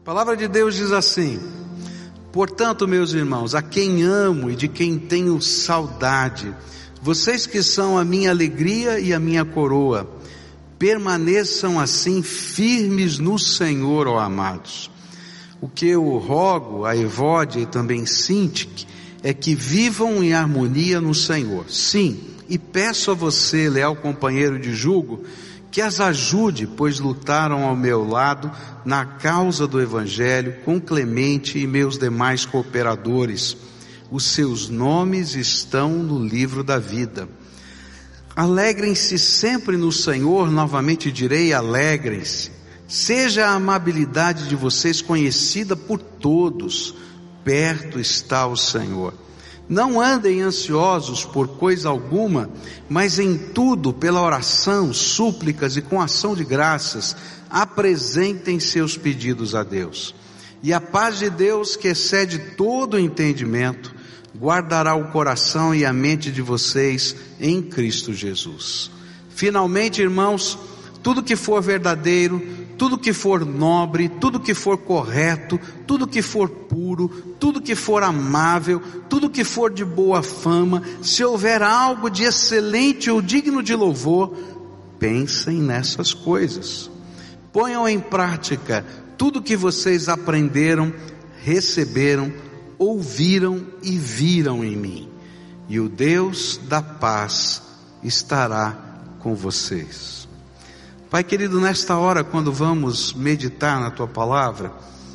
palavra de Deus diz assim: portanto, meus irmãos, a quem amo e de quem tenho saudade, vocês que são a minha alegria e a minha coroa, permaneçam assim firmes no Senhor, ó amados. O que eu rogo a Evódia e também Sintique é que vivam em harmonia no Senhor. Sim, e peço a você, leal companheiro de jugo, que as ajude, pois lutaram ao meu lado na causa do Evangelho com Clemente e meus demais cooperadores. Os seus nomes estão no livro da vida. Alegrem-se sempre no Senhor, novamente direi, alegrem-se. Seja a amabilidade de vocês conhecida por todos, perto está o Senhor. Não andem ansiosos por coisa alguma, mas em tudo, pela oração, súplicas e com ação de graças, apresentem seus pedidos a Deus. E a paz de Deus, que excede todo o entendimento, guardará o coração e a mente de vocês em Cristo Jesus. Finalmente, irmãos, tudo que for verdadeiro, tudo que for nobre, tudo que for correto, tudo que for puro, tudo que for amável, tudo que for de boa fama, se houver algo de excelente ou digno de louvor, pensem nessas coisas. Ponham em prática tudo que vocês aprenderam, receberam, ouviram e viram em mim, e o Deus da paz estará com vocês. Pai querido, nesta hora, quando vamos meditar na Tua Palavra,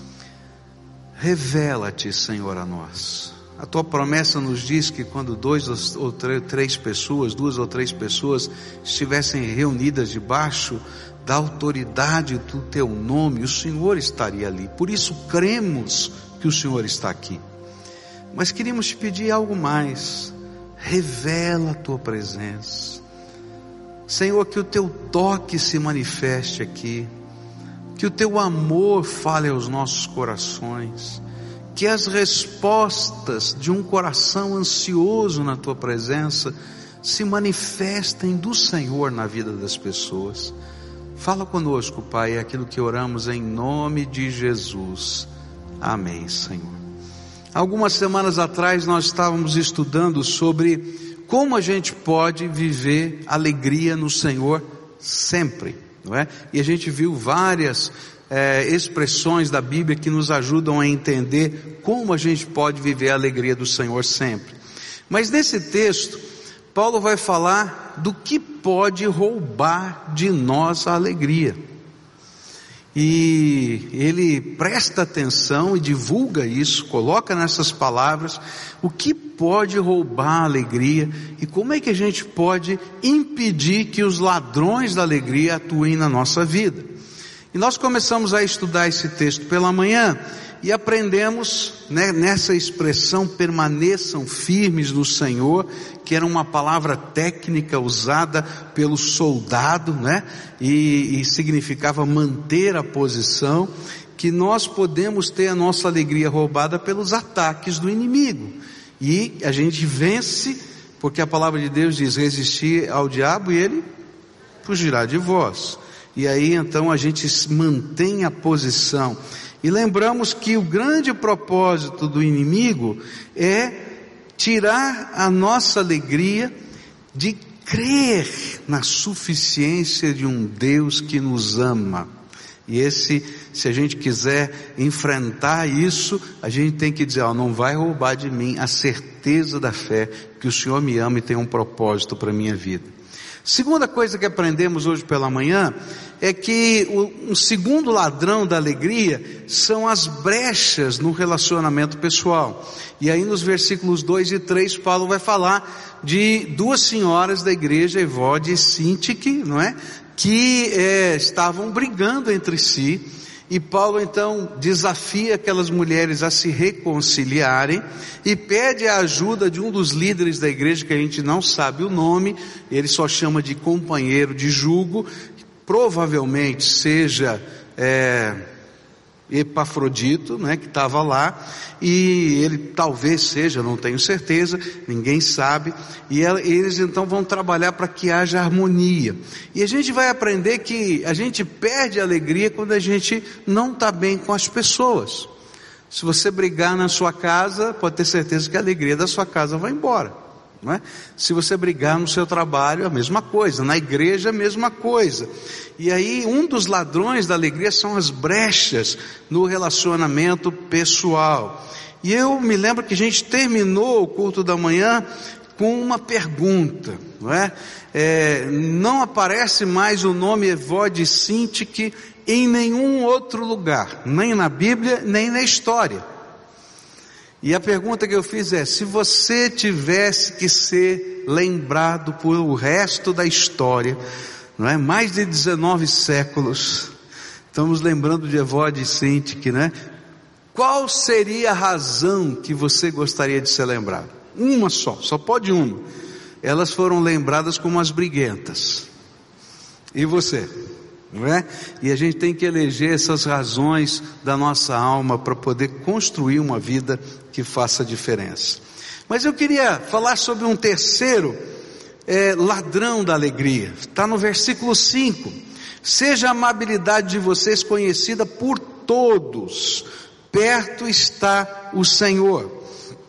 revela-te, Senhor, a nós. A Tua promessa nos diz que quando duas ou três pessoas estivessem reunidas debaixo da autoridade do Teu nome, o Senhor estaria ali. Por isso cremos que o Senhor está aqui. Mas queríamos te pedir algo mais. Revela a Tua presença. Senhor, que o Teu toque se manifeste aqui, que o Teu amor fale aos nossos corações, que as respostas de um coração ansioso na Tua presença se manifestem do Senhor na vida das pessoas. Fala conosco, Pai, é aquilo que oramos em nome de Jesus. Amém, Senhor. Algumas semanas atrás nós estávamos estudando sobre como a gente pode viver alegria no Senhor sempre, não é? E a gente viu várias expressões da Bíblia que nos ajudam a entender como a gente pode viver a alegria do Senhor sempre. Mas nesse texto, Paulo vai falar do que pode roubar de nós a alegria. E ele presta atenção e divulga isso, coloca nessas palavras o que pode roubar a alegria e como é que a gente pode impedir que os ladrões da alegria atuem na nossa vida. E nós começamos a estudar esse texto pela manhã e aprendemos, nessa expressão permaneçam firmes no Senhor, que era uma palavra técnica usada pelo soldado, e significava manter a posição, que nós podemos ter a nossa alegria roubada pelos ataques do inimigo. E a gente vence, porque a palavra de Deus diz, resistir ao diabo e ele fugirá de vós. E aí então a gente mantém a posição. E lembramos que o grande propósito do inimigo é tirar a nossa alegria de crer na suficiência de um Deus que nos ama. E se a gente quiser enfrentar isso, a gente tem que dizer, não vai roubar de mim a certeza da fé que o Senhor me ama e tem um propósito para a minha vida. Segunda coisa que aprendemos hoje pela manhã é que um segundo ladrão da alegria são as brechas no relacionamento pessoal. E aí nos versículos 2 e 3 Paulo vai falar de duas senhoras da igreja, Evódia e Sintique, que estavam brigando entre si. E Paulo então desafia aquelas mulheres a se reconciliarem e pede a ajuda de um dos líderes da igreja, que a gente não sabe o nome, ele só chama de companheiro de jugo, provavelmente seja Epafrodito, né, que estava lá, e ele talvez seja, não tenho certeza, ninguém sabe, e eles então vão trabalhar para que haja harmonia. E a gente vai aprender que a gente perde a alegria quando a gente não está bem com as pessoas. Se você brigar na sua casa, pode ter certeza que a alegria da sua casa vai embora. Não é? Se você brigar no seu trabalho, a mesma coisa, na igreja, a mesma coisa. E aí, um dos ladrões da alegria são as brechas no relacionamento pessoal. E eu me lembro que a gente terminou o culto da manhã com uma pergunta, não é? Não aparece mais o nome Evode Sintik em nenhum outro lugar, nem na Bíblia, nem na história. E a pergunta que eu fiz é: se você tivesse que ser lembrado por o resto da história, não é? Mais de 19 séculos, estamos lembrando de Evode Sintik, né? Qual seria a razão que você gostaria de ser lembrado? Uma só pode uma. Elas foram lembradas como as briguentas. E você? Não é? E a gente tem que eleger essas razões da nossa alma para poder construir uma vida que faça diferença. Mas eu queria falar sobre um terceiro ladrão da alegria. Está no versículo 5. Seja a amabilidade de vocês conhecida por todos, perto está o Senhor.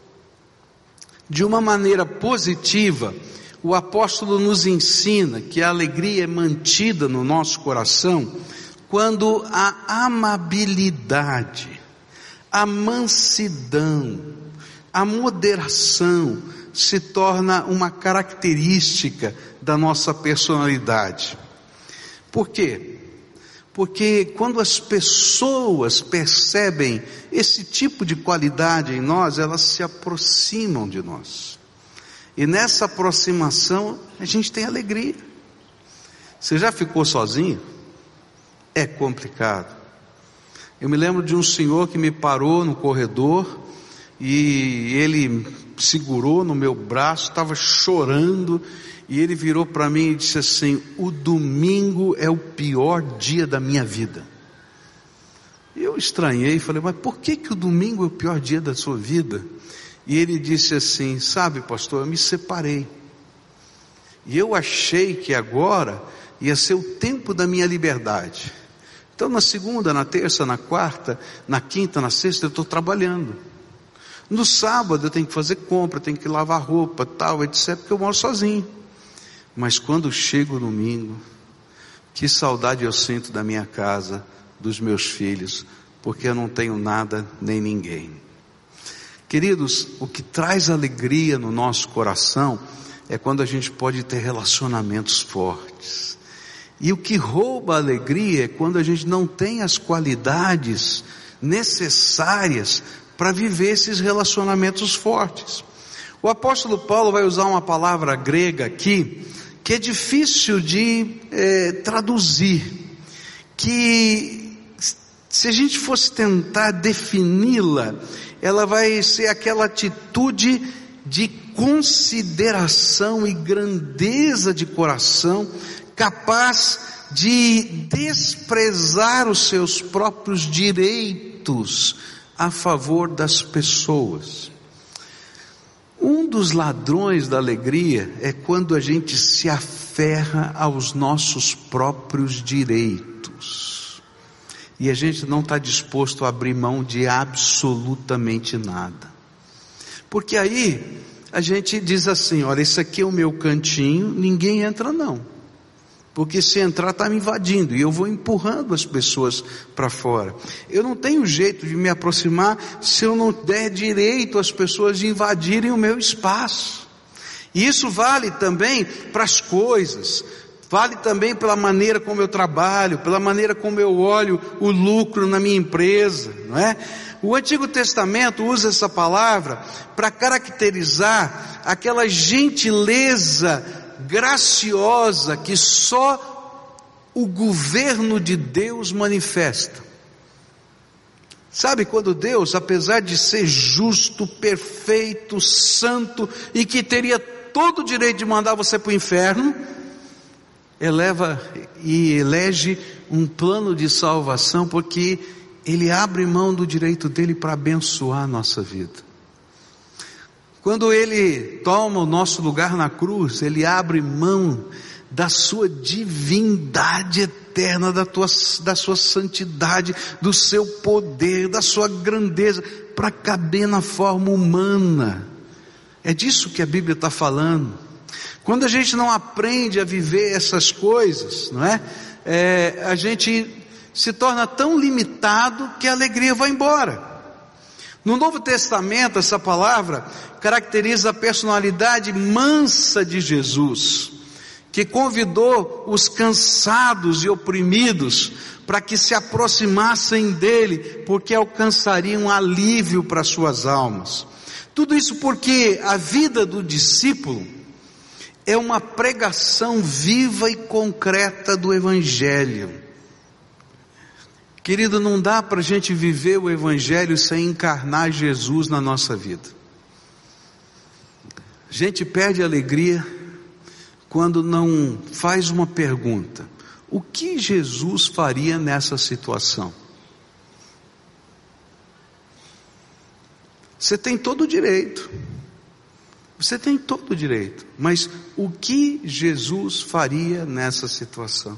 De uma maneira positiva, o apóstolo nos ensina que a alegria é mantida no nosso coração quando a amabilidade, a mansidão, a moderação se torna uma característica da nossa personalidade. Por quê? Porque quando as pessoas percebem esse tipo de qualidade em nós, elas se aproximam de nós. E nessa aproximação a gente tem alegria. Você já ficou sozinho? É complicado. Eu me lembro de um senhor que me parou no corredor e ele segurou no meu braço, estava chorando, e ele virou para mim e disse assim: o domingo é o pior dia da minha vida. E eu estranhei e falei: mas por que o domingo é o pior dia da sua vida? E ele disse assim: sabe, pastor, eu me separei, e eu achei que agora ia ser o tempo da minha liberdade. Então na segunda, na terça, na quarta, na quinta, na sexta eu estou trabalhando. No sábado eu tenho que fazer compra, tenho que lavar roupa, tal, etc, porque eu moro sozinho. Mas quando chega o domingo, que saudade eu sinto da minha casa, dos meus filhos, porque eu não tenho nada nem ninguém. Queridos, o que traz alegria no nosso coração é quando a gente pode ter relacionamentos fortes. E o que rouba a alegria é quando a gente não tem as qualidades necessárias para viver esses relacionamentos fortes. O apóstolo Paulo vai usar uma palavra grega aqui, que é difícil de traduzir, que se a gente fosse tentar defini-la, ela vai ser aquela atitude de consideração e grandeza de coração, capaz de desprezar os seus próprios direitos a favor das pessoas. Um dos ladrões da alegria é quando a gente se aferra aos nossos próprios direitos e a gente não está disposto a abrir mão de absolutamente nada. Porque aí a gente diz assim: olha, esse aqui é o meu cantinho, ninguém entra não, porque se entrar está me invadindo, e eu vou empurrando as pessoas para fora. Eu não tenho jeito de me aproximar se eu não der direito às pessoas de invadirem o meu espaço. E isso vale também para as coisas, vale também pela maneira como eu trabalho, pela maneira como eu olho o lucro na minha empresa, não é? O Antigo Testamento usa essa palavra para caracterizar aquela gentileza graciosa que só o governo de Deus manifesta. Sabe, quando Deus, apesar de ser justo, perfeito, santo e que teria todo o direito de mandar você para o inferno, eleva e elege um plano de salvação, porque Ele abre mão do direito dele para abençoar a nossa vida. Quando Ele toma o nosso lugar na cruz, Ele abre mão da sua divindade eterna, da sua santidade, do seu poder, da sua grandeza, para caber na forma humana. É disso que a Bíblia está falando. Quando a gente não aprende a viver essas coisas, não é? A gente se torna tão limitado que a alegria vai embora. No Novo Testamento, essa palavra caracteriza a personalidade mansa de Jesus, que convidou os cansados e oprimidos para que se aproximassem dele, porque alcançariam alívio para suas almas. Tudo isso porque a vida do discípulo é uma pregação viva e concreta do Evangelho. Querido, não dá para a gente viver o Evangelho sem encarnar Jesus na nossa vida. A gente perde a alegria quando não faz uma pergunta: o que Jesus faria nessa situação? Você tem todo o direito, mas o que Jesus faria nessa situação?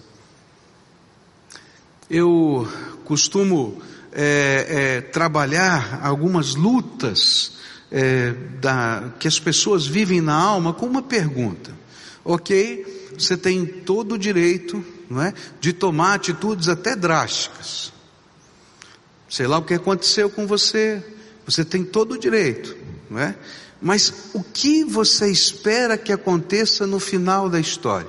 Eu costumo trabalhar algumas lutas que as pessoas vivem na alma com uma pergunta. Ok, você tem todo o direito, não é, de tomar atitudes até drásticas. Sei lá o que aconteceu com você, você tem todo o direito, não é? Mas o que você espera que aconteça no final da história?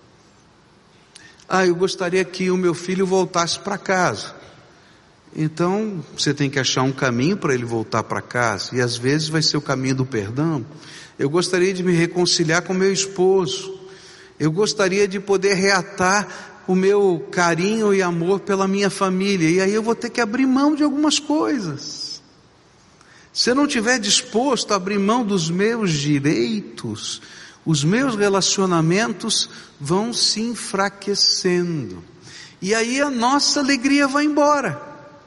Eu gostaria que o meu filho voltasse para casa. Então, você tem que achar um caminho para ele voltar para casa, e às vezes vai ser o caminho do perdão. Eu gostaria de me reconciliar com meu esposo. Eu gostaria de poder reatar o meu carinho e amor pela minha família, e aí eu vou ter que abrir mão de algumas coisas. Se eu não estiver disposto a abrir mão dos meus direitos, os meus relacionamentos vão se enfraquecendo, e aí a nossa alegria vai embora.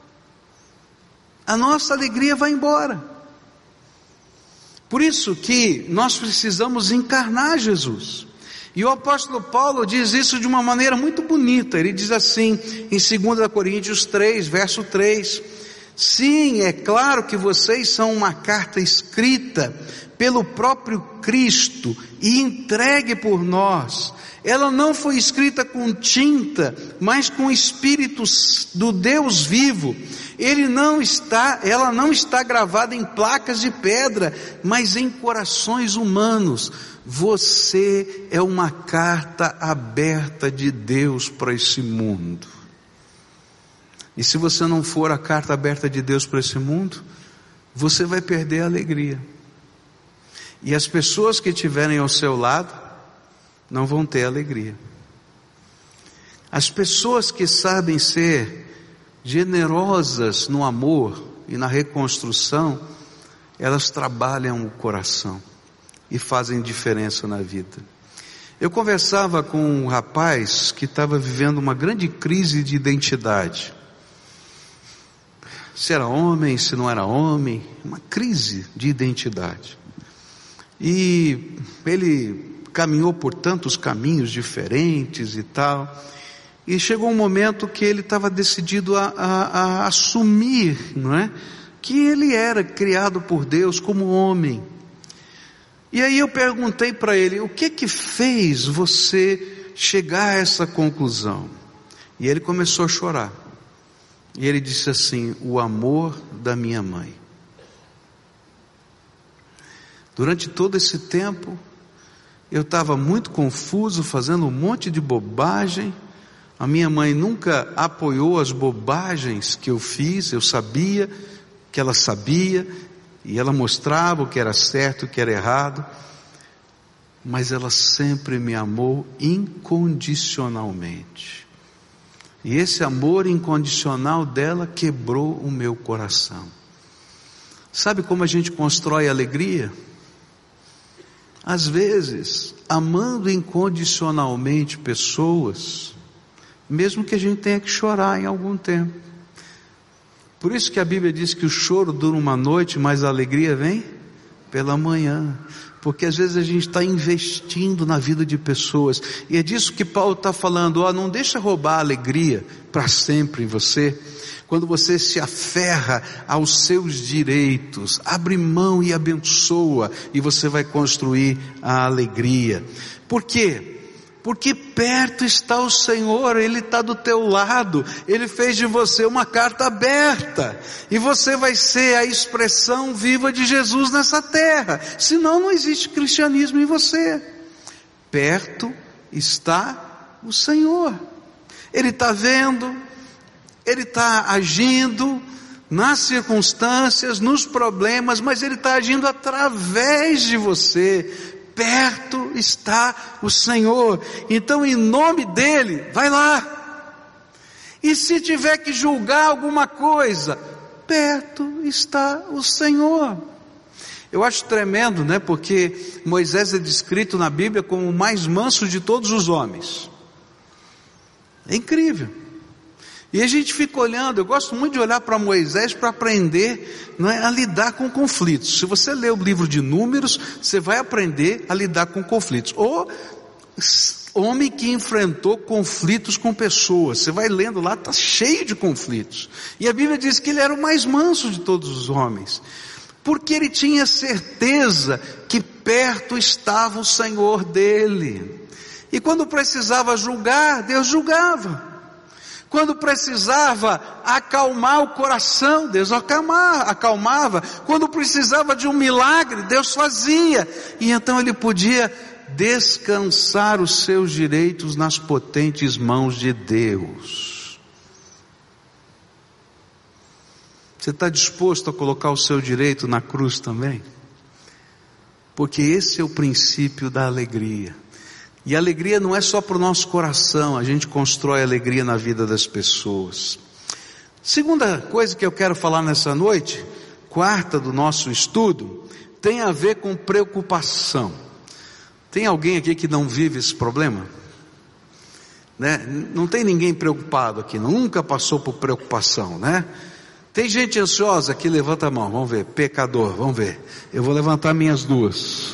Por isso que nós precisamos encarnar Jesus. E o apóstolo Paulo diz isso de uma maneira muito bonita. Ele diz assim em 2 Coríntios 3, verso 3: sim, é claro que vocês são uma carta escrita pelo próprio Cristo e entregue por nós. Ela não foi escrita com tinta, mas com o Espírito do Deus vivo. Ela não está gravada em placas de pedra, mas em corações humanos. Você é uma carta aberta de Deus para esse mundo. E se você não for a carta aberta de Deus para esse mundo, você vai perder a alegria. E as pessoas que estiverem ao seu lado não vão ter alegria. As pessoas que sabem ser generosas no amor e na reconstrução, elas trabalham o coração e fazem diferença na vida. Eu conversava com um rapaz que estava vivendo uma grande crise de identidade. Se era homem, se não era homem, uma crise de identidade. E ele caminhou por tantos caminhos diferentes e tal, e chegou um momento que ele estava decidido a assumir, não é? Que ele era criado por Deus como homem. E aí eu perguntei para ele: o que fez você chegar a essa conclusão? E ele começou a chorar. E ele disse assim: o amor da minha mãe. Durante todo esse tempo, eu estava muito confuso, fazendo um monte de bobagem. A minha mãe nunca apoiou as bobagens que eu fiz. Eu sabia que ela sabia, e ela mostrava o que era certo e o que era errado, mas ela sempre me amou incondicionalmente. E esse amor incondicional dela quebrou o meu coração. Sabe como a gente constrói alegria? Às vezes, amando incondicionalmente pessoas, mesmo que a gente tenha que chorar em algum tempo. Por isso que a Bíblia diz que o choro dura uma noite, mas a alegria vem pela manhã. Porque às vezes a gente está investindo na vida de pessoas, e é disso que Paulo está falando. Não deixa roubar a alegria para sempre em você. Quando você se aferra aos seus direitos, abre mão e abençoa, e você vai construir a alegria. Por quê? Porque perto está o Senhor, Ele está do teu lado, Ele fez de você uma carta aberta, e você vai ser a expressão viva de Jesus nessa terra, senão não existe cristianismo em você. Perto está o Senhor, Ele está vendo, Ele está agindo nas circunstâncias, nos problemas, mas Ele está agindo através de você. Perto está o Senhor, então em nome dEle, vai lá, e se tiver que julgar alguma coisa, perto está o Senhor. Eu acho tremendo, porque Moisés é descrito na Bíblia como o mais manso de todos os homens, é incrível. E a gente fica olhando, eu gosto muito de olhar para Moisés para aprender a lidar com conflitos. Se você ler o livro de Números, você vai aprender a lidar com conflitos. Ou homem que enfrentou conflitos com pessoas, você vai lendo lá, está cheio de conflitos. E a Bíblia diz que ele era o mais manso de todos os homens, porque ele tinha certeza que perto estava o Senhor dele. E quando precisava julgar, Deus julgava. Quando precisava acalmar o coração, Deus acalmava. Quando precisava de um milagre, Deus fazia. E então ele podia descansar os seus direitos nas potentes mãos de Deus. Você está disposto a colocar o seu direito na cruz também? Porque esse é o princípio da alegria. E a alegria não é só para o nosso coração, a gente constrói alegria na vida das pessoas. Segunda coisa que eu quero falar nessa noite, quarta do nosso estudo, tem a ver com preocupação. Tem alguém aqui que não vive esse problema? Não tem ninguém preocupado aqui, nunca passou por preocupação, Tem gente ansiosa aqui? Levanta a mão, vamos ver. Pecador, vamos ver. Eu vou levantar minhas duas.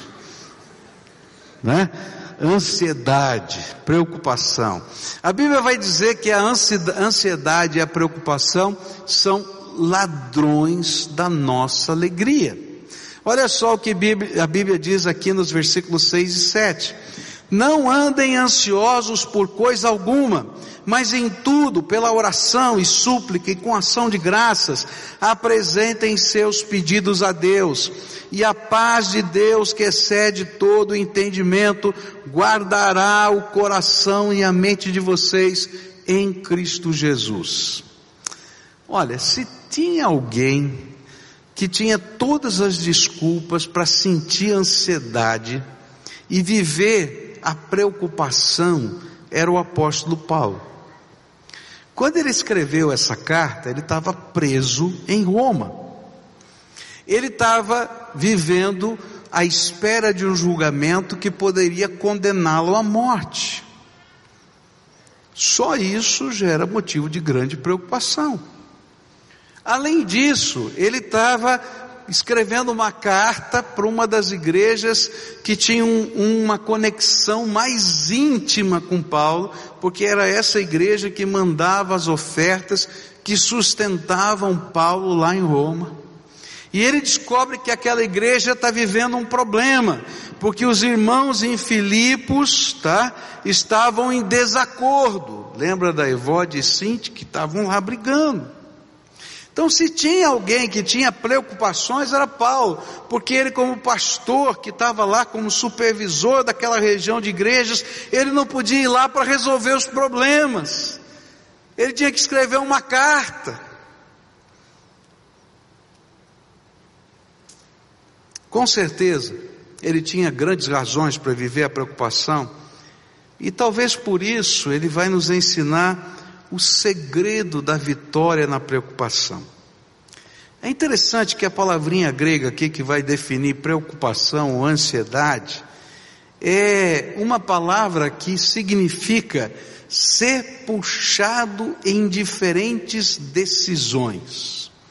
Ansiedade, preocupação. A Bíblia vai dizer que a ansiedade e a preocupação são ladrões da nossa alegria. Olha só o que a Bíblia diz aqui nos versículos 6 e 7. Não andem ansiosos por coisa alguma, mas em tudo, pela oração e súplica e com ação de graças, apresentem seus pedidos a Deus, e a paz de Deus, que excede todo o entendimento, guardará o coração e a mente de vocês em Cristo Jesus. Olha, se tinha alguém que tinha todas as desculpas para sentir ansiedade e viver a preocupação, era o apóstolo Paulo. Quando ele escreveu essa carta, ele estava preso em Roma. Ele estava vivendo à espera de um julgamento que poderia condená-lo à morte. Só isso já era motivo de grande preocupação. Além disso, ele estava escrevendo uma carta para uma das igrejas que tinham uma conexão mais íntima com Paulo, porque era essa igreja que mandava as ofertas que sustentavam Paulo lá em Roma. E ele descobre que aquela igreja está vivendo um problema, porque os irmãos em Filipos, estavam em desacordo. Lembra da Evódia e Sinti, que estavam lá brigando. Então, se tinha alguém que tinha preocupações, era Paulo, porque ele, como pastor, que estava lá como supervisor daquela região de igrejas, ele não podia ir lá para resolver os problemas. Ele tinha que escrever uma carta. Com certeza, ele tinha grandes razões para viver a preocupação, e talvez por isso ele vai nos ensinar o segredo da vitória na preocupação. É interessante que a palavrinha grega aqui que vai definir preocupação ou ansiedade, é uma palavra que significa ser puxado em diferentes decisões.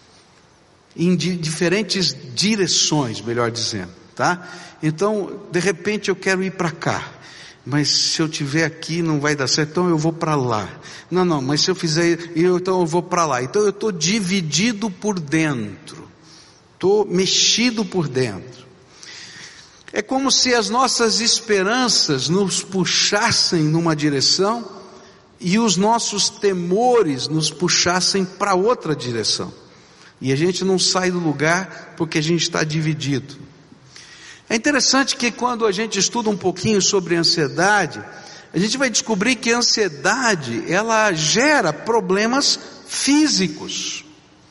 em diferentes direções, melhor dizendo, tá? Então, de repente eu quero ir para cá, mas se eu estiver aqui não vai dar certo, então eu vou para lá. Não, mas se eu fizer, então eu vou para lá. Então eu estou dividido por dentro, estou mexido por dentro. É como se as nossas esperanças nos puxassem numa direção e os nossos temores nos puxassem para outra direção. E a gente não sai do lugar porque a gente está dividido. É interessante que quando a gente estuda um pouquinho sobre ansiedade, a gente vai descobrir que a ansiedade, ela gera problemas físicos.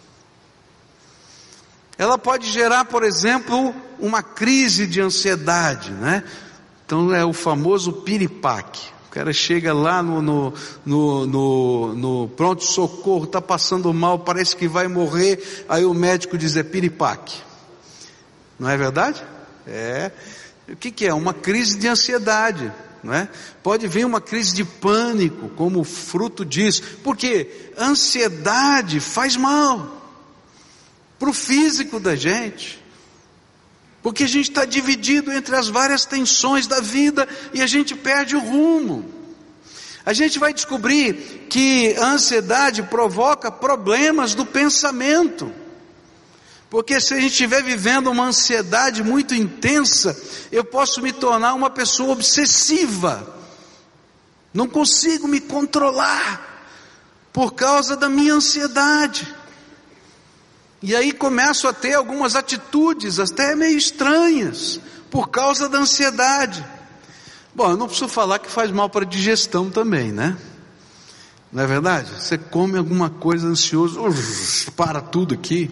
Ela pode gerar, por exemplo, uma crise de ansiedade, né? Então é o famoso piripaque. O cara chega lá no pronto-socorro, está passando mal, parece que vai morrer, aí o médico diz, é piripaque. Não é verdade? O que é? Uma crise de ansiedade, não é? Pode vir uma crise de pânico, como fruto disso, porque ansiedade faz mal para o físico da gente, porque a gente está dividido entre as várias tensões da vida e a gente perde o rumo. A gente vai descobrir que a ansiedade provoca problemas do pensamento, porque se a gente estiver vivendo uma ansiedade muito intensa, eu posso me tornar uma pessoa obsessiva, não consigo me controlar por causa da minha ansiedade. E aí começo a ter algumas atitudes até meio estranhas, por causa da ansiedade. Bom, eu não preciso falar que faz mal para a digestão também, né? Não é verdade? Você come alguma coisa ansioso, para tudo aqui.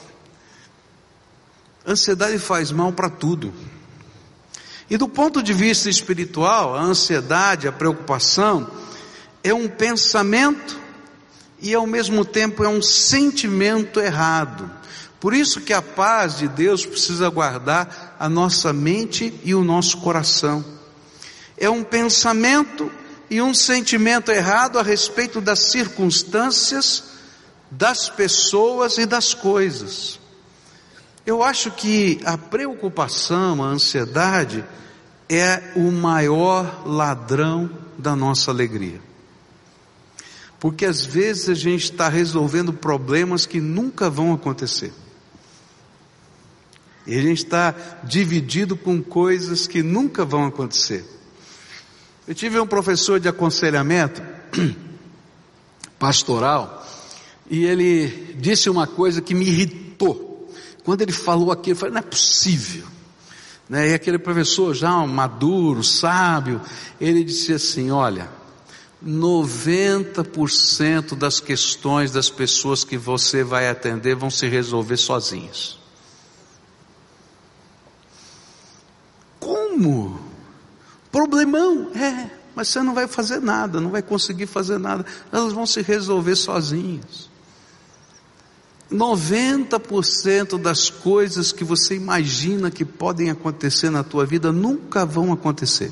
Ansiedade faz mal para tudo. E do ponto de vista espiritual, a ansiedade, a preocupação, é um pensamento e ao mesmo tempo é um sentimento errado. Por isso que a paz de Deus precisa guardar a nossa mente e o nosso coração. É um pensamento e um sentimento errado a respeito das circunstâncias, das pessoas e das coisas. Eu acho que a preocupação, a ansiedade, é o maior ladrão da nossa alegria. Porque às vezes a gente está resolvendo problemas que nunca vão acontecer. E a gente está dividido com coisas que nunca vão acontecer. Eu tive um professor de aconselhamento pastoral, e ele disse uma coisa que me irritou. Quando ele falou aquilo, eu falei, não é possível. E aquele professor já maduro, sábio, ele disse assim, olha, 90% das questões das pessoas que você vai atender vão se resolver sozinhas. Como? Problemão? Mas você não vai fazer nada, não vai conseguir fazer nada, elas vão se resolver sozinhas. 90% das coisas que você imagina que podem acontecer na tua vida nunca vão acontecer.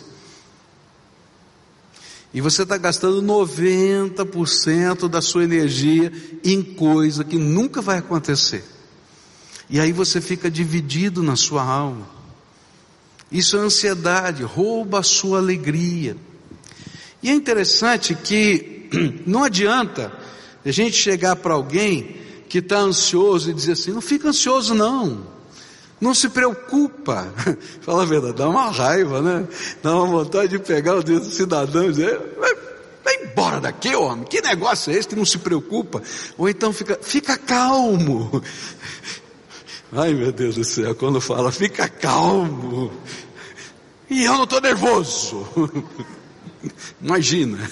E você está gastando 90% da sua energia em coisa que nunca vai acontecer. E aí você fica dividido na sua alma. Isso é ansiedade, rouba a sua alegria. E é interessante que não adianta a gente chegar para alguém que está ansioso e dizer assim, não fica ansioso não se preocupa. Fala a verdade, dá uma raiva, né? Dá uma vontade de pegar o dedo do cidadão e dizer, vai embora daqui, homem, que negócio é esse que não se preocupa? Ou então fica calmo. Ai meu Deus do céu, quando fala, fica calmo, e eu não estou nervoso. Imagina.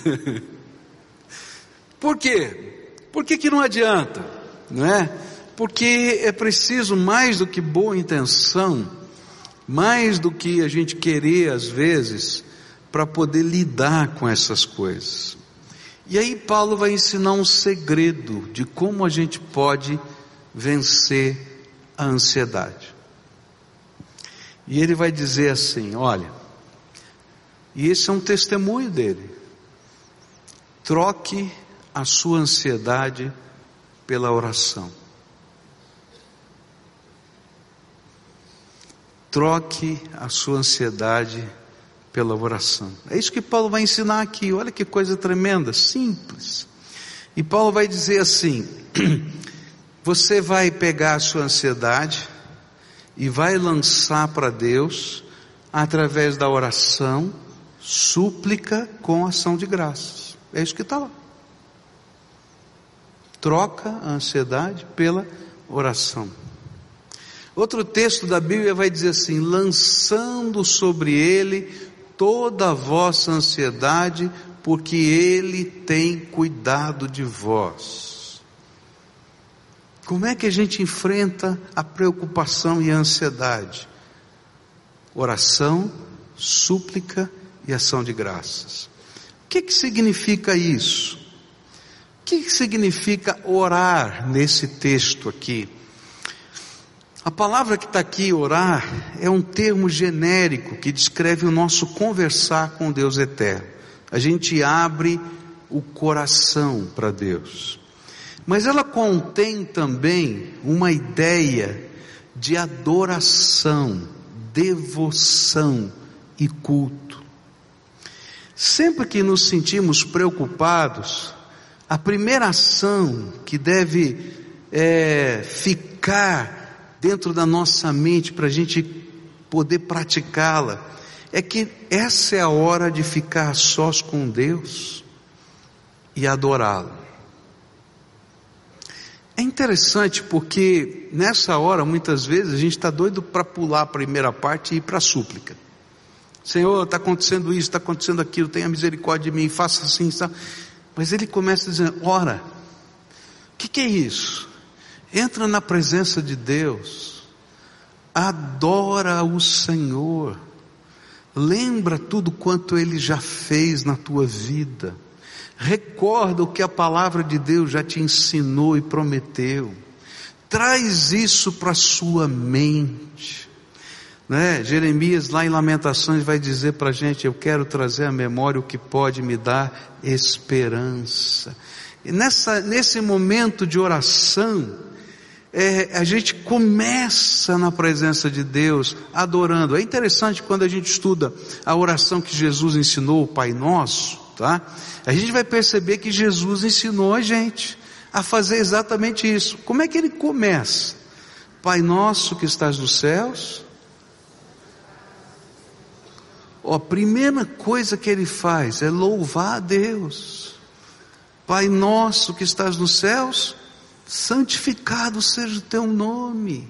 Por quê? Por que não adianta? Não é? Porque é preciso mais do que boa intenção, mais do que a gente querer às vezes, para poder lidar com essas coisas. E aí Paulo vai ensinar um segredo de como a gente pode vencer a ansiedade. E ele vai dizer assim, olha, e esse é um testemunho dele, troque a sua ansiedade pela oração. Troque a sua ansiedade pela oração. É isso que Paulo vai ensinar aqui. Olha que coisa tremenda, simples. E Paulo vai dizer assim: você vai pegar a sua ansiedade e vai lançar para Deus através da oração, súplica com ação de graças. É isso que está lá. Troca a ansiedade pela oração. Outro texto da Bíblia vai dizer assim: lançando sobre Ele toda a vossa ansiedade, porque Ele tem cuidado de vós. Como é que a gente enfrenta a preocupação e a ansiedade? Oração, súplica e ação de graças. O que significa isso? O que significa orar nesse texto aqui? A palavra que está aqui, orar, é um termo genérico que descreve o nosso conversar com Deus eterno. A gente abre o coração para Deus. Mas ela contém também uma ideia de adoração, devoção e culto. Sempre que nos sentimos preocupados, a primeira ação que deve ficar dentro da nossa mente para a gente poder praticá-la, é que essa é a hora de ficar a sós com Deus e adorá-lo. É interessante porque nessa hora, muitas vezes, a gente está doido para pular a primeira parte e ir para a súplica. Senhor, está acontecendo isso, está acontecendo aquilo, tenha misericórdia de mim, faça assim, sabe? Mas ele começa dizendo: ora, o que é isso? Entra na presença de Deus, adora o Senhor, lembra tudo quanto Ele já fez na tua vida, recorda o que a palavra de Deus já te ensinou e prometeu, traz isso para a sua mente, né? Jeremias lá em Lamentações vai dizer para a gente: eu quero trazer à memória o que pode me dar esperança. E nesse momento de oração, a gente começa na presença de Deus, adorando. É interessante quando a gente estuda a oração que Jesus ensinou, o Pai Nosso, tá? A gente vai perceber que Jesus ensinou a gente a fazer exatamente isso. Como é que ele começa? Pai Nosso que estás nos céus. A primeira coisa que ele faz é louvar a Deus. Pai Nosso que estás nos céus, santificado seja o teu nome.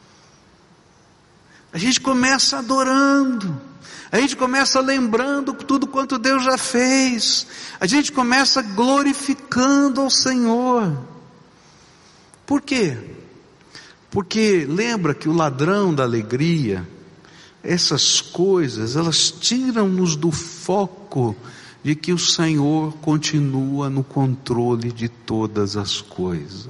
A gente começa adorando, a gente começa lembrando tudo quanto Deus já fez, a gente começa glorificando ao Senhor. Por quê? Porque lembra que o ladrão da alegria, essas coisas, elas tiram-nos do foco de que o Senhor continua no controle de todas as coisas.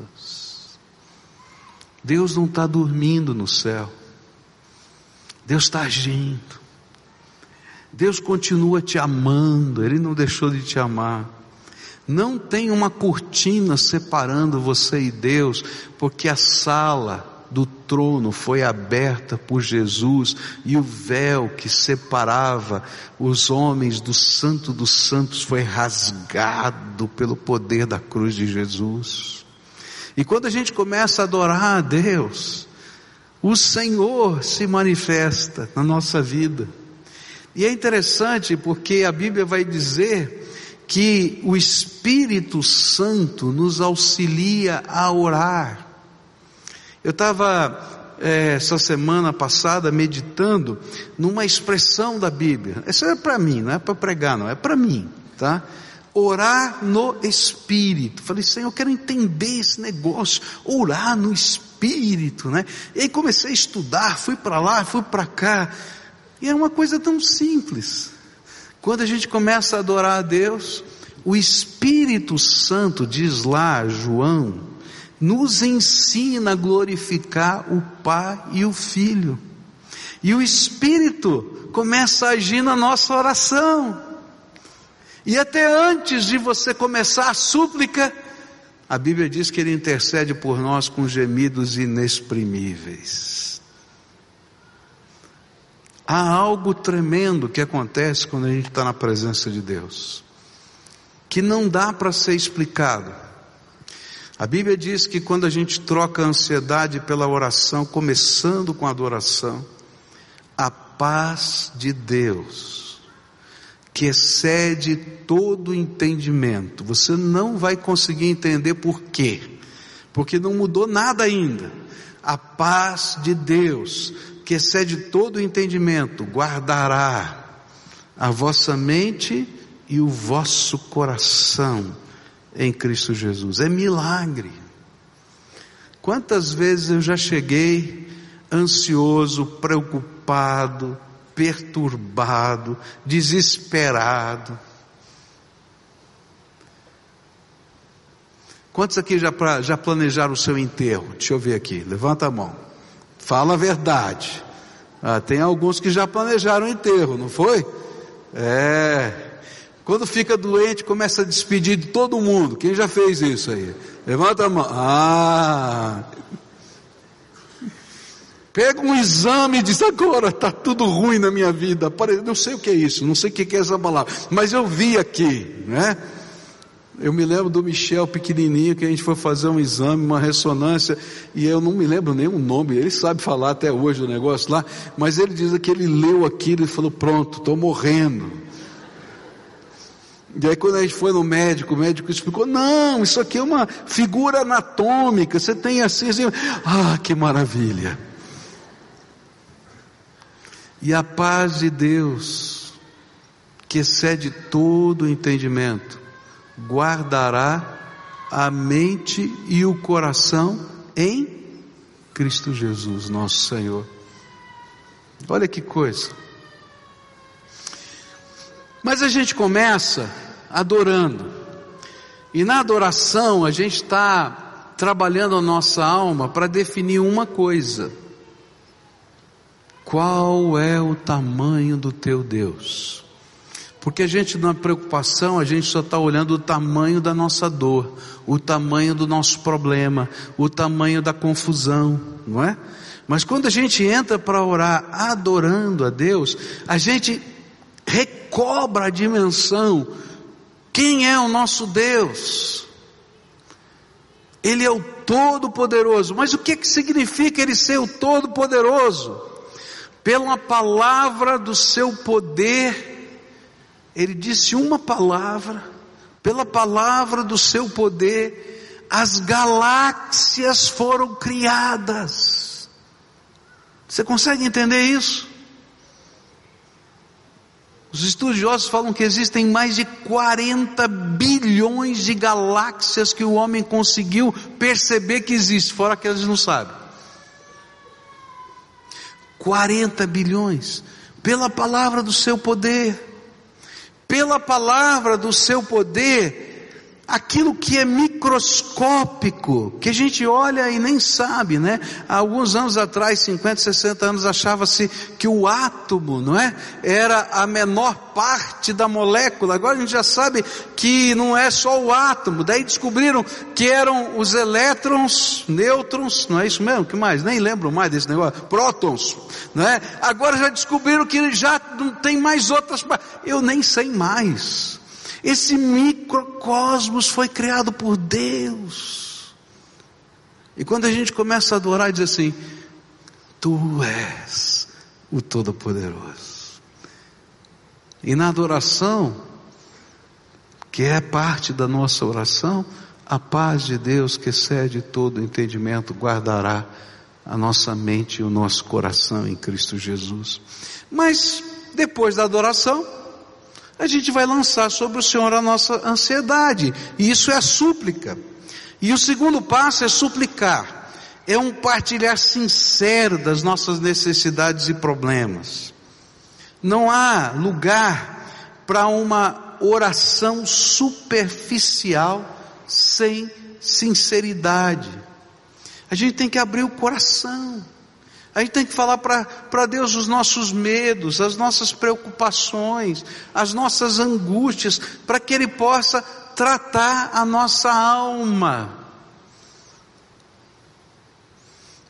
Deus não está dormindo no céu, Deus está agindo, Deus continua te amando, Ele não deixou de te amar. Não tem uma cortina separando você e Deus, porque a sala do trono foi aberta por Jesus, e o véu que separava os homens do Santo dos Santos foi rasgado pelo poder da cruz de Jesus. E quando a gente começa a adorar a Deus, o Senhor se manifesta na nossa vida. E é interessante porque a Bíblia vai dizer que o Espírito Santo nos auxilia a orar. Eu estava essa semana passada meditando numa expressão da Bíblia. Isso é para mim, não é para pregar, não, é para mim, tá? Orar no Espírito. Falei: Senhor, eu quero entender esse negócio, orar no Espírito, né? E aí comecei a estudar, fui para lá, fui para cá, e era uma coisa tão simples. Quando a gente começa a adorar a Deus, o Espírito Santo, diz lá João, nos ensina a glorificar o Pai e o Filho, e o Espírito começa a agir na nossa oração. E até antes de você começar a súplica, a Bíblia diz que Ele intercede por nós com gemidos inexprimíveis. Há algo tremendo que acontece quando a gente está na presença de Deus, que não dá para ser explicado. A Bíblia diz que quando a gente troca a ansiedade pela oração, começando com a adoração, a paz de Deus, que excede todo entendimento, você não vai conseguir entender por quê, porque não mudou nada ainda. A paz de Deus, que excede todo entendimento, guardará a vossa mente e o vosso coração em Cristo Jesus. É milagre. Quantas vezes eu já cheguei ansioso, preocupado, perturbado, desesperado. Quantos aqui já planejaram o seu enterro? Deixa eu ver aqui, levanta a mão. Fala a verdade. Tem alguns que já planejaram o enterro, não foi? Quando fica doente, começa a despedir de todo mundo. Quem já fez isso aí? Levanta a mão. Pega um exame e diz: agora está tudo ruim na minha vida. Não sei o que é isso, não sei o que é essa palavra, mas eu vi aqui, né? Eu me lembro do Michel pequenininho, que a gente foi fazer um exame, uma ressonância, e eu não me lembro nem o nome, ele sabe falar até hoje o negócio lá, mas ele diz que ele leu aquilo e falou: pronto, estou morrendo. E aí quando a gente foi no médico, o médico explicou: não, isso aqui é uma figura anatômica, você tem assim, que maravilha. E a paz de Deus, que excede todo o entendimento, guardará a mente e o coração em Cristo Jesus, nosso Senhor. Olha que coisa. Mas a gente começa adorando, e na adoração a gente está trabalhando a nossa alma para definir uma coisa: qual é o tamanho do teu Deus? Porque a gente, na preocupação, a gente só está olhando o tamanho da nossa dor, o tamanho do nosso problema, o tamanho da confusão, não é? Mas quando a gente entra para orar adorando a Deus, a gente recobra a dimensão. Quem é o nosso Deus? Ele é o Todo-Poderoso. Mas o que significa Ele ser o Todo-Poderoso? Pela palavra do seu poder, Ele disse uma palavra, pela palavra do seu poder, as galáxias foram criadas. Você consegue entender isso? Os estudiosos falam que existem mais de 40 bilhões de galáxias que o homem conseguiu perceber que existem, fora que eles não sabem. 40 bilhões, pela palavra do seu poder. Pela palavra do seu poder, aquilo que é microscópico, que a gente olha e nem sabe, né? Há alguns anos atrás, 50, 60 anos, achava-se que o átomo, não é? Era a menor parte da molécula. Agora a gente já sabe que não é só o átomo. Daí descobriram que eram os elétrons, nêutrons, não é isso mesmo? O que mais? Nem lembro mais desse negócio. Prótons, não é? Agora já descobriram que já não tem mais outras. Eu nem sei mais. Esse microcosmos foi criado por Deus. E quando a gente começa a adorar e diz assim: Tu és o Todo-Poderoso. E na adoração, que é parte da nossa oração, a paz de Deus, que excede todo entendimento, guardará a nossa mente e o nosso coração em Cristo Jesus. Mas depois da adoração, a gente vai lançar sobre o Senhor a nossa ansiedade, e isso é a súplica. E o segundo passo é suplicar, é um partilhar sincero das nossas necessidades e problemas. Não há lugar para uma oração superficial sem sinceridade. A gente tem que abrir o coração. A gente tem que falar para Deus os nossos medos, as nossas preocupações, as nossas angústias, para que Ele possa tratar a nossa alma.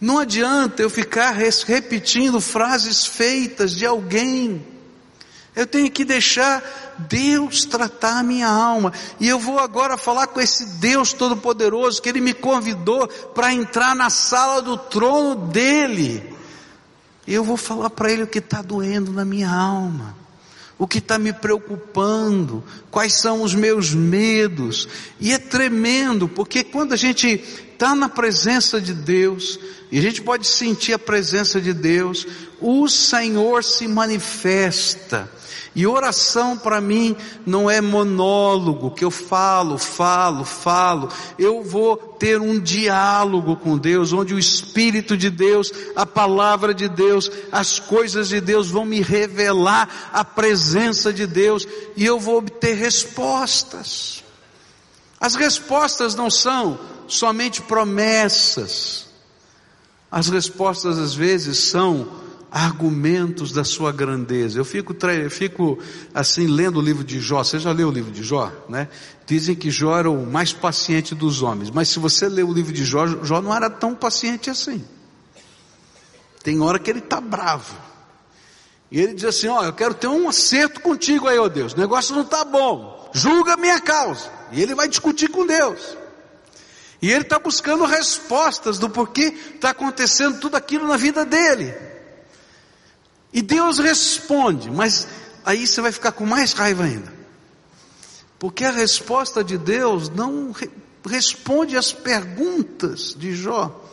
Não adianta eu ficar repetindo frases feitas de alguém. Eu tenho que deixar Deus tratar a minha alma. E eu vou agora falar com esse Deus Todo-Poderoso, que Ele me convidou para entrar na sala do trono dEle. E eu vou falar para Ele o que está doendo na minha alma, o que está me preocupando, quais são os meus medos. E é tremendo, porque quando a gente está na presença de Deus, e a gente pode sentir a presença de Deus, o Senhor se manifesta. E oração para mim não é monólogo, que eu falo. Eu vou ter um diálogo com Deus, onde o Espírito de Deus, a palavra de Deus, as coisas de Deus vão me revelar a presença de Deus, e eu vou obter respostas. As respostas não são somente promessas. As respostas às vezes são argumentos da sua grandeza. Eu fico assim lendo o livro de Jó. Você já leu o livro de Jó, né? Dizem que Jó era o mais paciente dos homens, mas se você ler o livro de Jó, Jó não era tão paciente assim. Tem hora que ele está bravo, e ele diz assim: eu quero ter um acerto contigo aí, ó Deus, o negócio não está bom, julga a minha causa. E ele vai discutir com Deus, e ele está buscando respostas do porquê está acontecendo tudo aquilo na vida dele. E Deus responde, mas aí você vai ficar com mais raiva ainda, porque a resposta de Deus não responde às perguntas de Jó.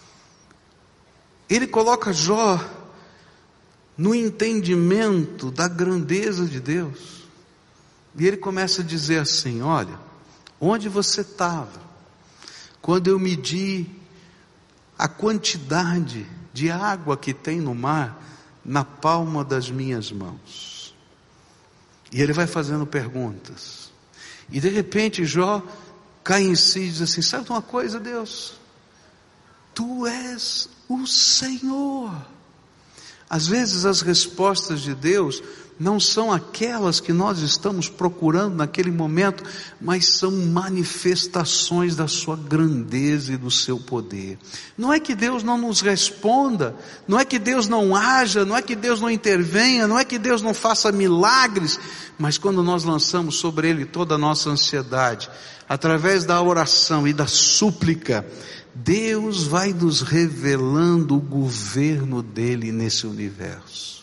Ele coloca Jó no entendimento da grandeza de Deus, e ele começa a dizer assim: olha, onde você estava quando eu medi a quantidade de água que tem no mar na palma das minhas mãos? E ele vai fazendo perguntas, e de repente Jó cai em si e diz assim: sabe de uma coisa, Deus? Tu és o Senhor. Às vezes as respostas de Deus não são aquelas que nós estamos procurando naquele momento, mas são manifestações da sua grandeza e do seu poder. Não é que Deus não nos responda, não é que Deus não haja, não é que Deus não intervenha, não é que Deus não faça milagres, mas quando nós lançamos sobre Ele toda a nossa ansiedade, através da oração e da súplica, Deus vai nos revelando o governo dEle nesse universo.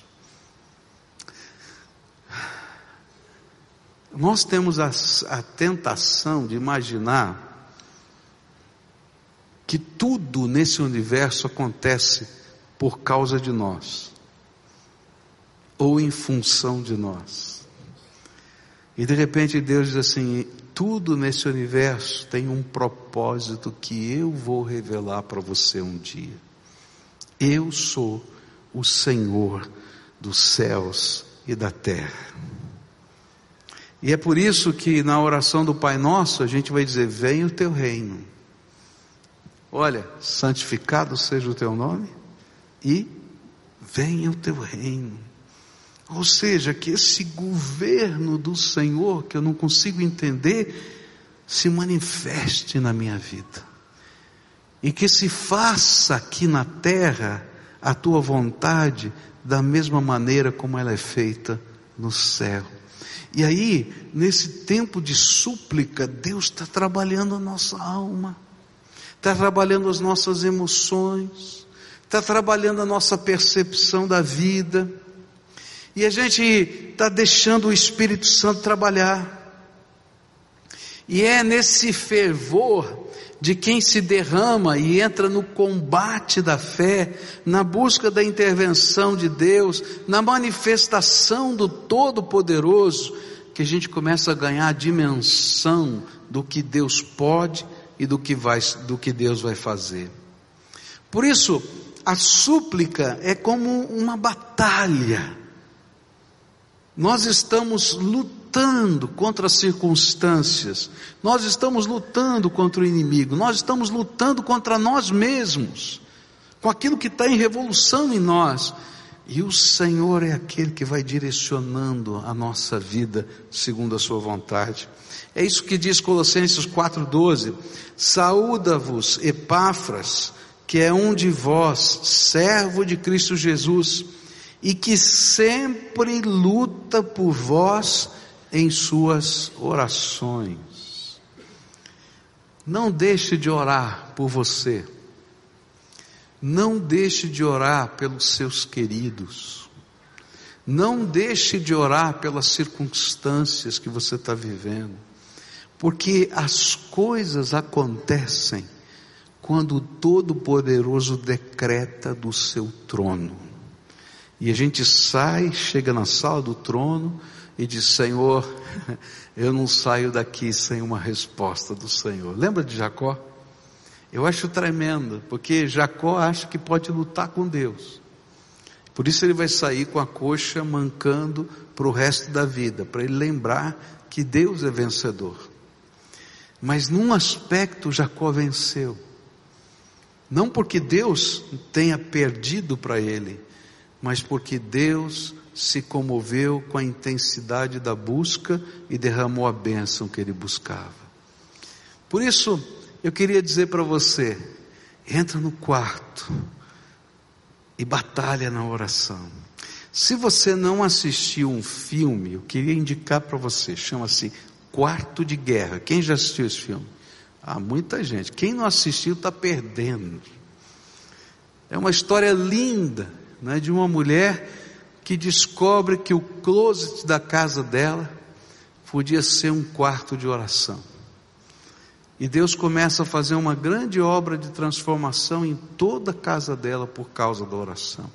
Nós temos a tentação de imaginar que tudo nesse universo acontece por causa de nós, ou em função de nós. E de repente Deus diz assim: tudo nesse universo tem um propósito que eu vou revelar para você um dia. Eu sou o Senhor dos céus e da terra. E é por isso que na oração do Pai Nosso a gente vai dizer: venha o teu reino. Olha, santificado seja o teu nome e venha o teu reino. Ou seja, que esse governo do Senhor, que eu não consigo entender, se manifeste na minha vida. E que se faça aqui na terra a tua vontade da mesma maneira como ela é feita no céu. E aí, nesse tempo de súplica, Deus está trabalhando a nossa alma, está trabalhando as nossas emoções, está trabalhando a nossa percepção da vida, e a gente está deixando o Espírito Santo trabalhar. E é nesse fervor de quem se derrama e entra no combate da fé, na busca da intervenção de Deus, na manifestação do Todo-Poderoso, que a gente começa a ganhar a dimensão do que Deus pode e do que Deus vai fazer. Por isso, a súplica é como uma batalha. Nós estamos lutando contra as circunstâncias, nós estamos lutando contra o inimigo, nós estamos lutando contra nós mesmos, com aquilo que está em revolução em nós, e o Senhor é aquele que vai direcionando a nossa vida segundo a sua vontade. É isso que diz Colossenses 4:12, saúda-vos Epáfras, que é um de vós, servo de Cristo Jesus, e que sempre luta por vós em suas orações. Não deixe de orar por você. Não deixe de orar pelos seus queridos. Não deixe de orar pelas circunstâncias que você está vivendo. Porque as coisas acontecem quando o Todo-Poderoso decreta do seu trono. E a gente sai, chega na sala do trono e diz: Senhor, eu não saio daqui sem uma resposta do Senhor. Lembra de Jacó? Eu acho tremendo, porque Jacó acha que pode lutar com Deus. Por isso ele vai sair com a coxa mancando para o resto da vida, para ele lembrar que Deus é vencedor. Mas num aspecto Jacó venceu. Não porque Deus tenha perdido para ele, mas porque Deus se comoveu com a intensidade da busca e derramou a bênção que ele buscava. Por isso, eu queria dizer para você, entra no quarto e batalha na oração. Se você não assistiu um filme, eu queria indicar para você, chama-se Quarto de Guerra. Quem já assistiu esse filme? Muita gente. Quem não assistiu está perdendo. É uma história linda, né, de uma mulher que descobre que o closet da casa dela podia ser um quarto de oração. E Deus começa a fazer uma grande obra de transformação em toda a casa dela por causa da oração.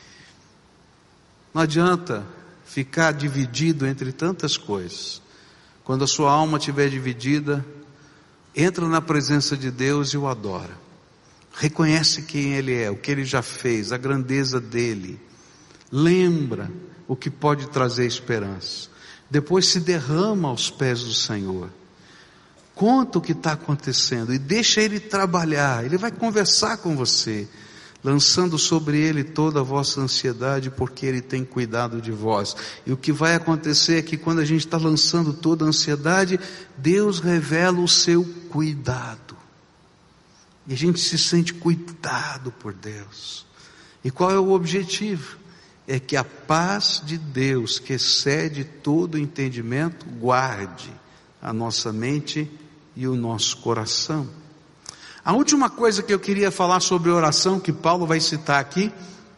Não adianta ficar dividido entre tantas coisas. Quando a sua alma estiver dividida, entra na presença de Deus e o adora. Reconhece quem Ele é, o que Ele já fez, a grandeza dEle. Lembra o que pode trazer esperança. Depois se derrama aos pés do Senhor. Conta o que está acontecendo e deixa Ele trabalhar. Ele vai conversar com você, lançando sobre Ele toda a vossa ansiedade, porque Ele tem cuidado de vós. E o que vai acontecer é que quando a gente está lançando toda a ansiedade, Deus revela o seu cuidado. E a gente se sente cuidado por Deus. E qual é o objetivo? É que a paz de Deus, que excede todo entendimento, guarde a nossa mente e o nosso coração. A última coisa que eu queria falar sobre oração, que Paulo vai citar aqui,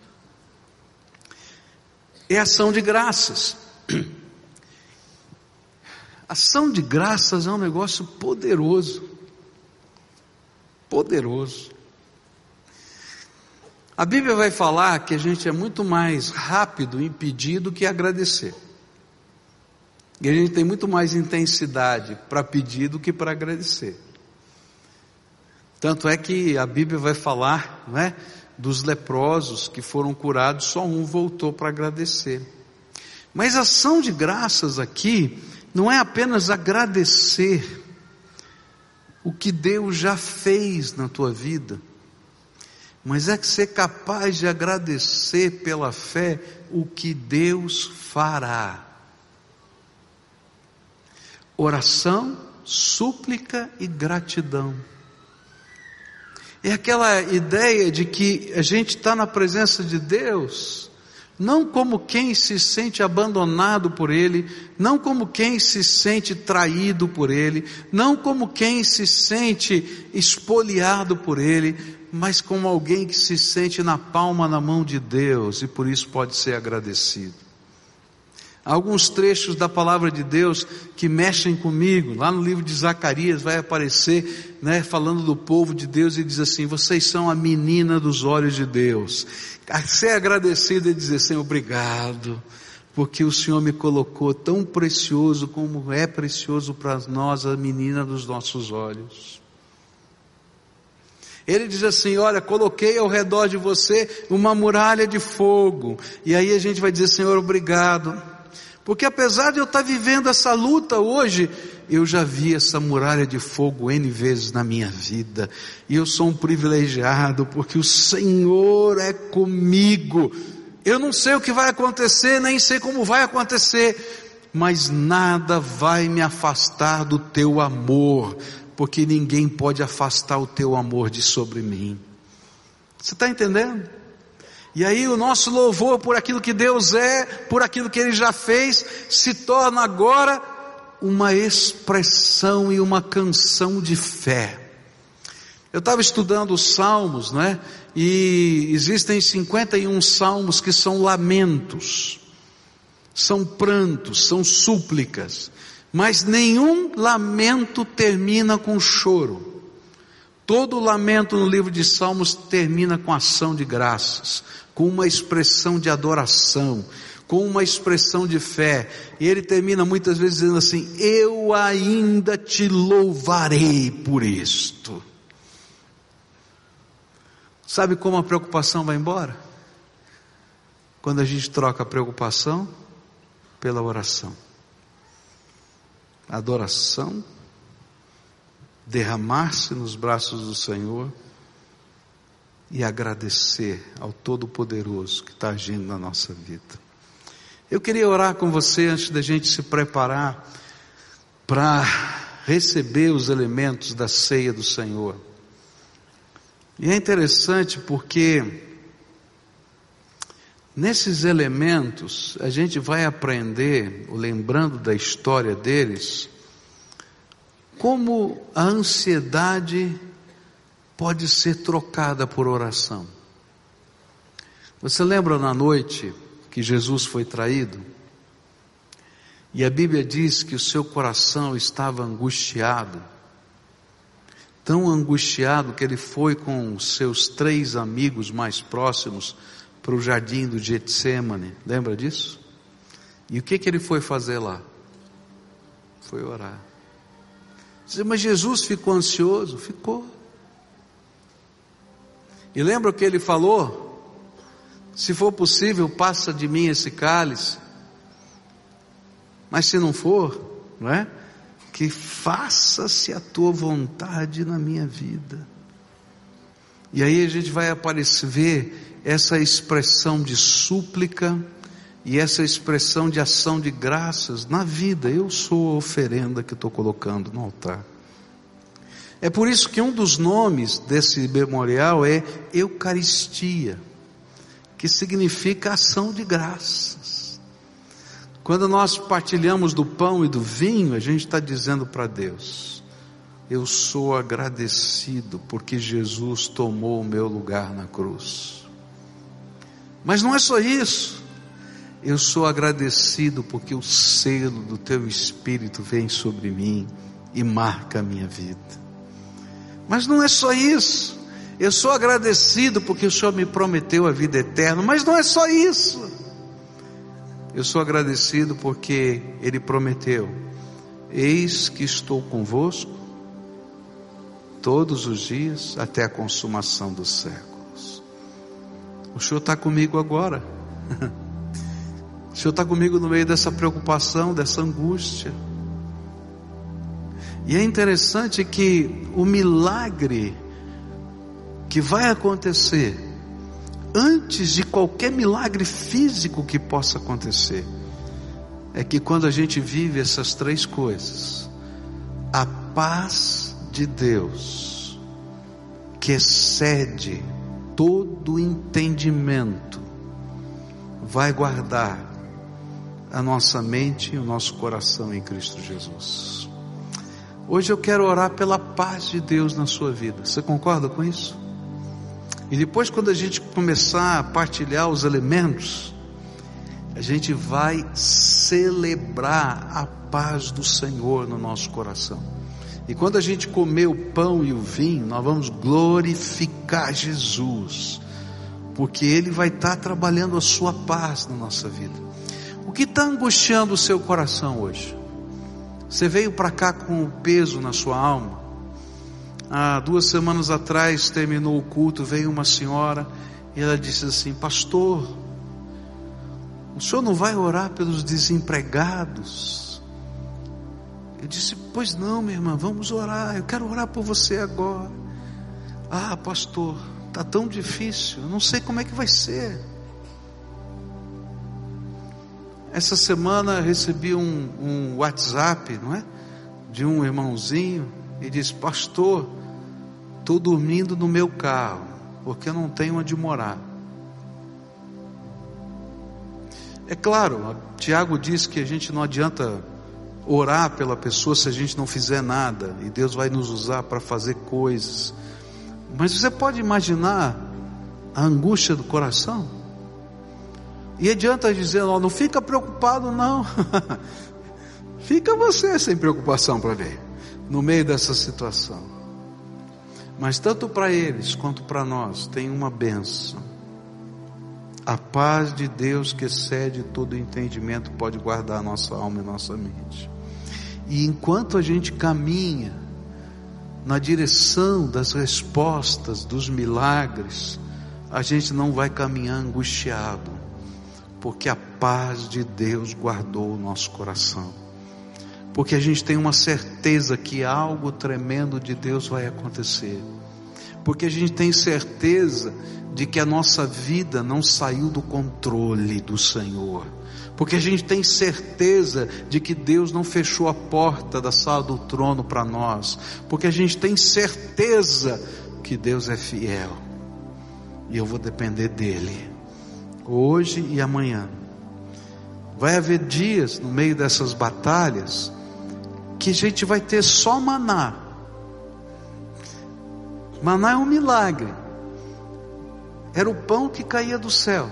é ação de graças. Ação de graças é um negócio poderoso. Poderoso. A Bíblia vai falar que a gente é muito mais rápido em pedir do que agradecer. E a gente tem muito mais intensidade para pedir do que para agradecer. Tanto é que a Bíblia vai falar, né, dos leprosos que foram curados, só um voltou para agradecer. Mas a ação de graças aqui não é apenas agradecer o que Deus já fez na tua vida, mas é ser capaz de agradecer pela fé o que Deus fará. Oração, súplica e gratidão. É aquela ideia de que a gente está na presença de Deus, não como quem se sente abandonado por Ele, não como quem se sente traído por Ele, não como quem se sente espoliado por Ele, mas como alguém que se sente na palma da mão de Deus e por isso pode ser agradecido. Há alguns trechos da palavra de Deus que mexem comigo. Lá no livro de Zacarias vai aparecer, né, falando do povo de Deus, e diz assim: vocês são a menina dos olhos de Deus. A ser agradecido é dizer: Senhor, obrigado, porque o Senhor me colocou tão precioso como é precioso para nós a menina dos nossos olhos. Ele diz assim: olha, coloquei ao redor de você uma muralha de fogo. E aí a gente vai dizer: Senhor, obrigado, porque apesar de eu estar vivendo essa luta hoje, eu já vi essa muralha de fogo N vezes na minha vida, e eu sou um privilegiado, porque o Senhor é comigo. Eu não sei o que vai acontecer, nem sei como vai acontecer, mas nada vai me afastar do teu amor, porque ninguém pode afastar o teu amor de sobre mim. Você está entendendo? E aí o nosso louvor por aquilo que Deus é, por aquilo que Ele já fez, se torna agora uma expressão e uma canção de fé. Eu estava estudando os salmos, né? E existem 51 salmos que são lamentos, são prantos, são súplicas, mas nenhum lamento termina com choro. Todo lamento no livro de Salmos termina com ação de graças, com uma expressão de adoração, com uma expressão de fé. E ele termina muitas vezes dizendo assim: eu ainda te louvarei por isto. Sabe como a preocupação vai embora? Quando a gente troca a preocupação pela oração. Adoração, derramar-se nos braços do Senhor e agradecer ao Todo-Poderoso que está agindo na nossa vida. Eu queria orar com você antes da gente se preparar para receber os elementos da ceia do Senhor. E é interessante porque nesses elementos a gente vai aprender, lembrando da história deles, como a ansiedade pode ser trocada por oração. Você lembra na noite que Jesus foi traído? E a Bíblia diz que o seu coração estava angustiado, tão angustiado que ele foi com os seus 3 amigos mais próximos para o jardim do Getsêmani. Lembra disso? E o que ele foi fazer lá? Foi orar. Mas Jesus ficou ansioso? Ficou. E lembra o que ele falou? Se for possível, passa de mim esse cálice. Mas se não for, não é? Que faça-se a tua vontade na minha vida. E aí a gente vai ver essa expressão de súplica e essa expressão de ação de graças na vida. Eu sou a oferenda que estou colocando no altar. É por isso que um dos nomes desse memorial é Eucaristia, que significa ação de graças. Quando nós partilhamos do pão e do vinho, a gente está dizendo para Deus: eu sou agradecido porque Jesus tomou o meu lugar na cruz. Mas não é só isso. Eu sou agradecido porque o selo do teu Espírito vem sobre mim e marca a minha vida. Mas não é só isso. Eu sou agradecido porque o Senhor me prometeu a vida eterna. Mas não é só isso. Eu sou agradecido porque Ele prometeu: eis que estou convosco todos os dias até a consumação dos séculos. O Senhor está comigo agora. O Senhor está comigo no meio dessa preocupação, dessa angústia. E é interessante que o milagre que vai acontecer antes de qualquer milagre físico que possa acontecer, é que quando a gente vive essas 3 coisas, a paz de Deus, que excede todo entendimento, vai guardar a nossa mente e o nosso coração em Cristo Jesus. Hoje eu quero orar pela paz de Deus na sua vida. Você concorda com isso? E depois, quando a gente começar a partilhar os elementos, a gente vai celebrar a paz do Senhor no nosso coração. E quando a gente comer o pão e o vinho, nós vamos glorificar Jesus, porque Ele vai estar trabalhando a sua paz na nossa vida. O que está angustiando o seu coração hoje? Você veio para cá com o peso na sua alma? Há 2 semanas atrás, terminou o culto, veio uma senhora e ela disse assim: pastor, o senhor não vai orar pelos desempregados? Eu disse: pois não, minha irmã, vamos orar, eu quero orar por você agora. Ah, pastor, está tão difícil, eu não sei como é que vai ser. Essa semana recebi um WhatsApp, não é? De um irmãozinho, e disse: pastor, estou dormindo no meu carro, porque eu não tenho onde morar. É claro, Tiago diz que a gente não adianta orar pela pessoa se a gente não fizer nada, e Deus vai nos usar para fazer coisas. Mas você pode imaginar a angústia do coração? E adianta dizer, não fica preocupado não. Fica você sem preocupação para ver, no meio dessa situação. Mas tanto para eles quanto para nós tem uma bênção. A paz de Deus que excede todo entendimento pode guardar a nossa alma e nossa mente. E enquanto a gente caminha na direção das respostas, dos milagres, a gente não vai caminhar angustiado, porque a paz de Deus guardou o nosso coração. Porque a gente tem uma certeza que algo tremendo de Deus vai acontecer. Porque a gente tem certeza de que a nossa vida não saiu do controle do Senhor. Porque a gente tem certeza de que Deus não fechou a porta da sala do trono para nós. Porque a gente tem certeza que Deus é fiel. E eu vou depender dEle, hoje e amanhã. Vai haver dias no meio dessas batalhas que a gente vai ter só maná. Maná é um milagre. Era o pão que caía do céu,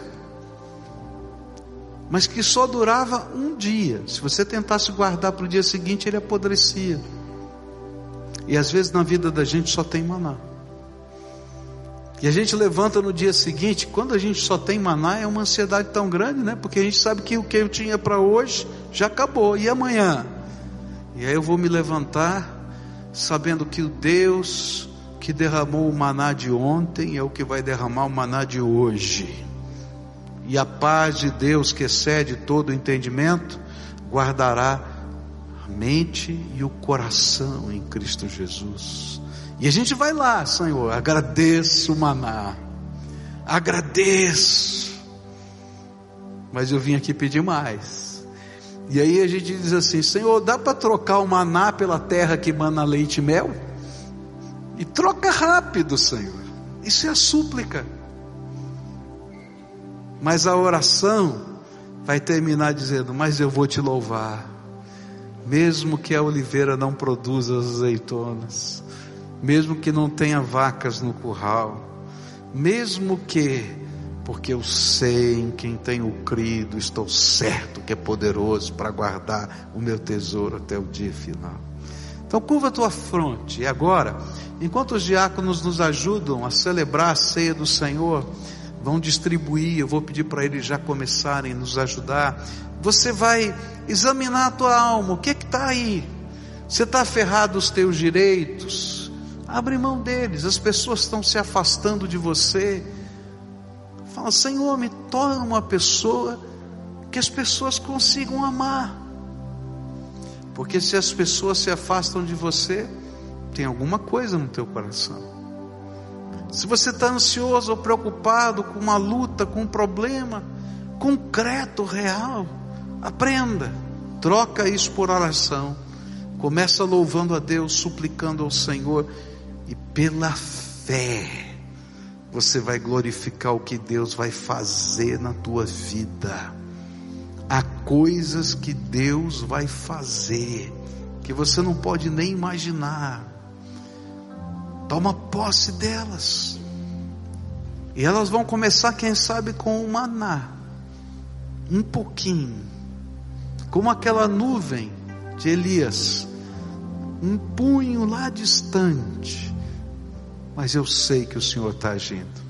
mas que só durava um dia. Se você tentasse guardar para o dia seguinte, ele apodrecia. E às vezes na vida da gente só tem maná. E a gente levanta no dia seguinte, quando a gente só tem maná, é uma ansiedade tão grande, né? Porque a gente sabe que o que eu tinha para hoje já acabou, e amanhã? E aí eu vou me levantar sabendo que o Deus que derramou o maná de ontem é o que vai derramar o maná de hoje. E a paz de Deus que excede todo o entendimento guardará a mente e o coração em Cristo Jesus. E a gente vai lá, Senhor, agradeço o maná, agradeço, mas eu vim aqui pedir mais. E aí a gente diz assim, Senhor, dá para trocar o maná pela terra que mana leite e mel? E troca rápido, Senhor. Isso é a súplica. Mas a oração vai terminar dizendo, mas eu vou te louvar, mesmo que a oliveira não produza as azeitonas, mesmo que não tenha vacas no curral, mesmo que, porque eu sei em quem tenho crido, estou certo que é poderoso para guardar o meu tesouro até o dia final. Então curva a tua fronte. E agora, enquanto os diáconos nos ajudam a celebrar a ceia do Senhor, vão distribuir, eu vou pedir para eles já começarem a nos ajudar. Você vai examinar a tua alma, o que está aí? Você está aferrado aos teus direitos? Abre mão deles. As pessoas estão se afastando de você. Fala, Senhor, me torna uma pessoa que as pessoas consigam amar. Porque se as pessoas se afastam de você, tem alguma coisa no teu coração. Se você está ansioso ou preocupado com uma luta, com um problema concreto, real, aprenda, troca isso por oração. Começa louvando a Deus, suplicando ao Senhor, e pela fé você vai glorificar o que Deus vai fazer na tua vida. Há coisas que Deus vai fazer que você não pode nem imaginar. Toma posse delas, e elas vão começar, quem sabe, com o maná, um pouquinho, como aquela nuvem de Elias, um punho lá distante, mas eu sei que o Senhor está agindo.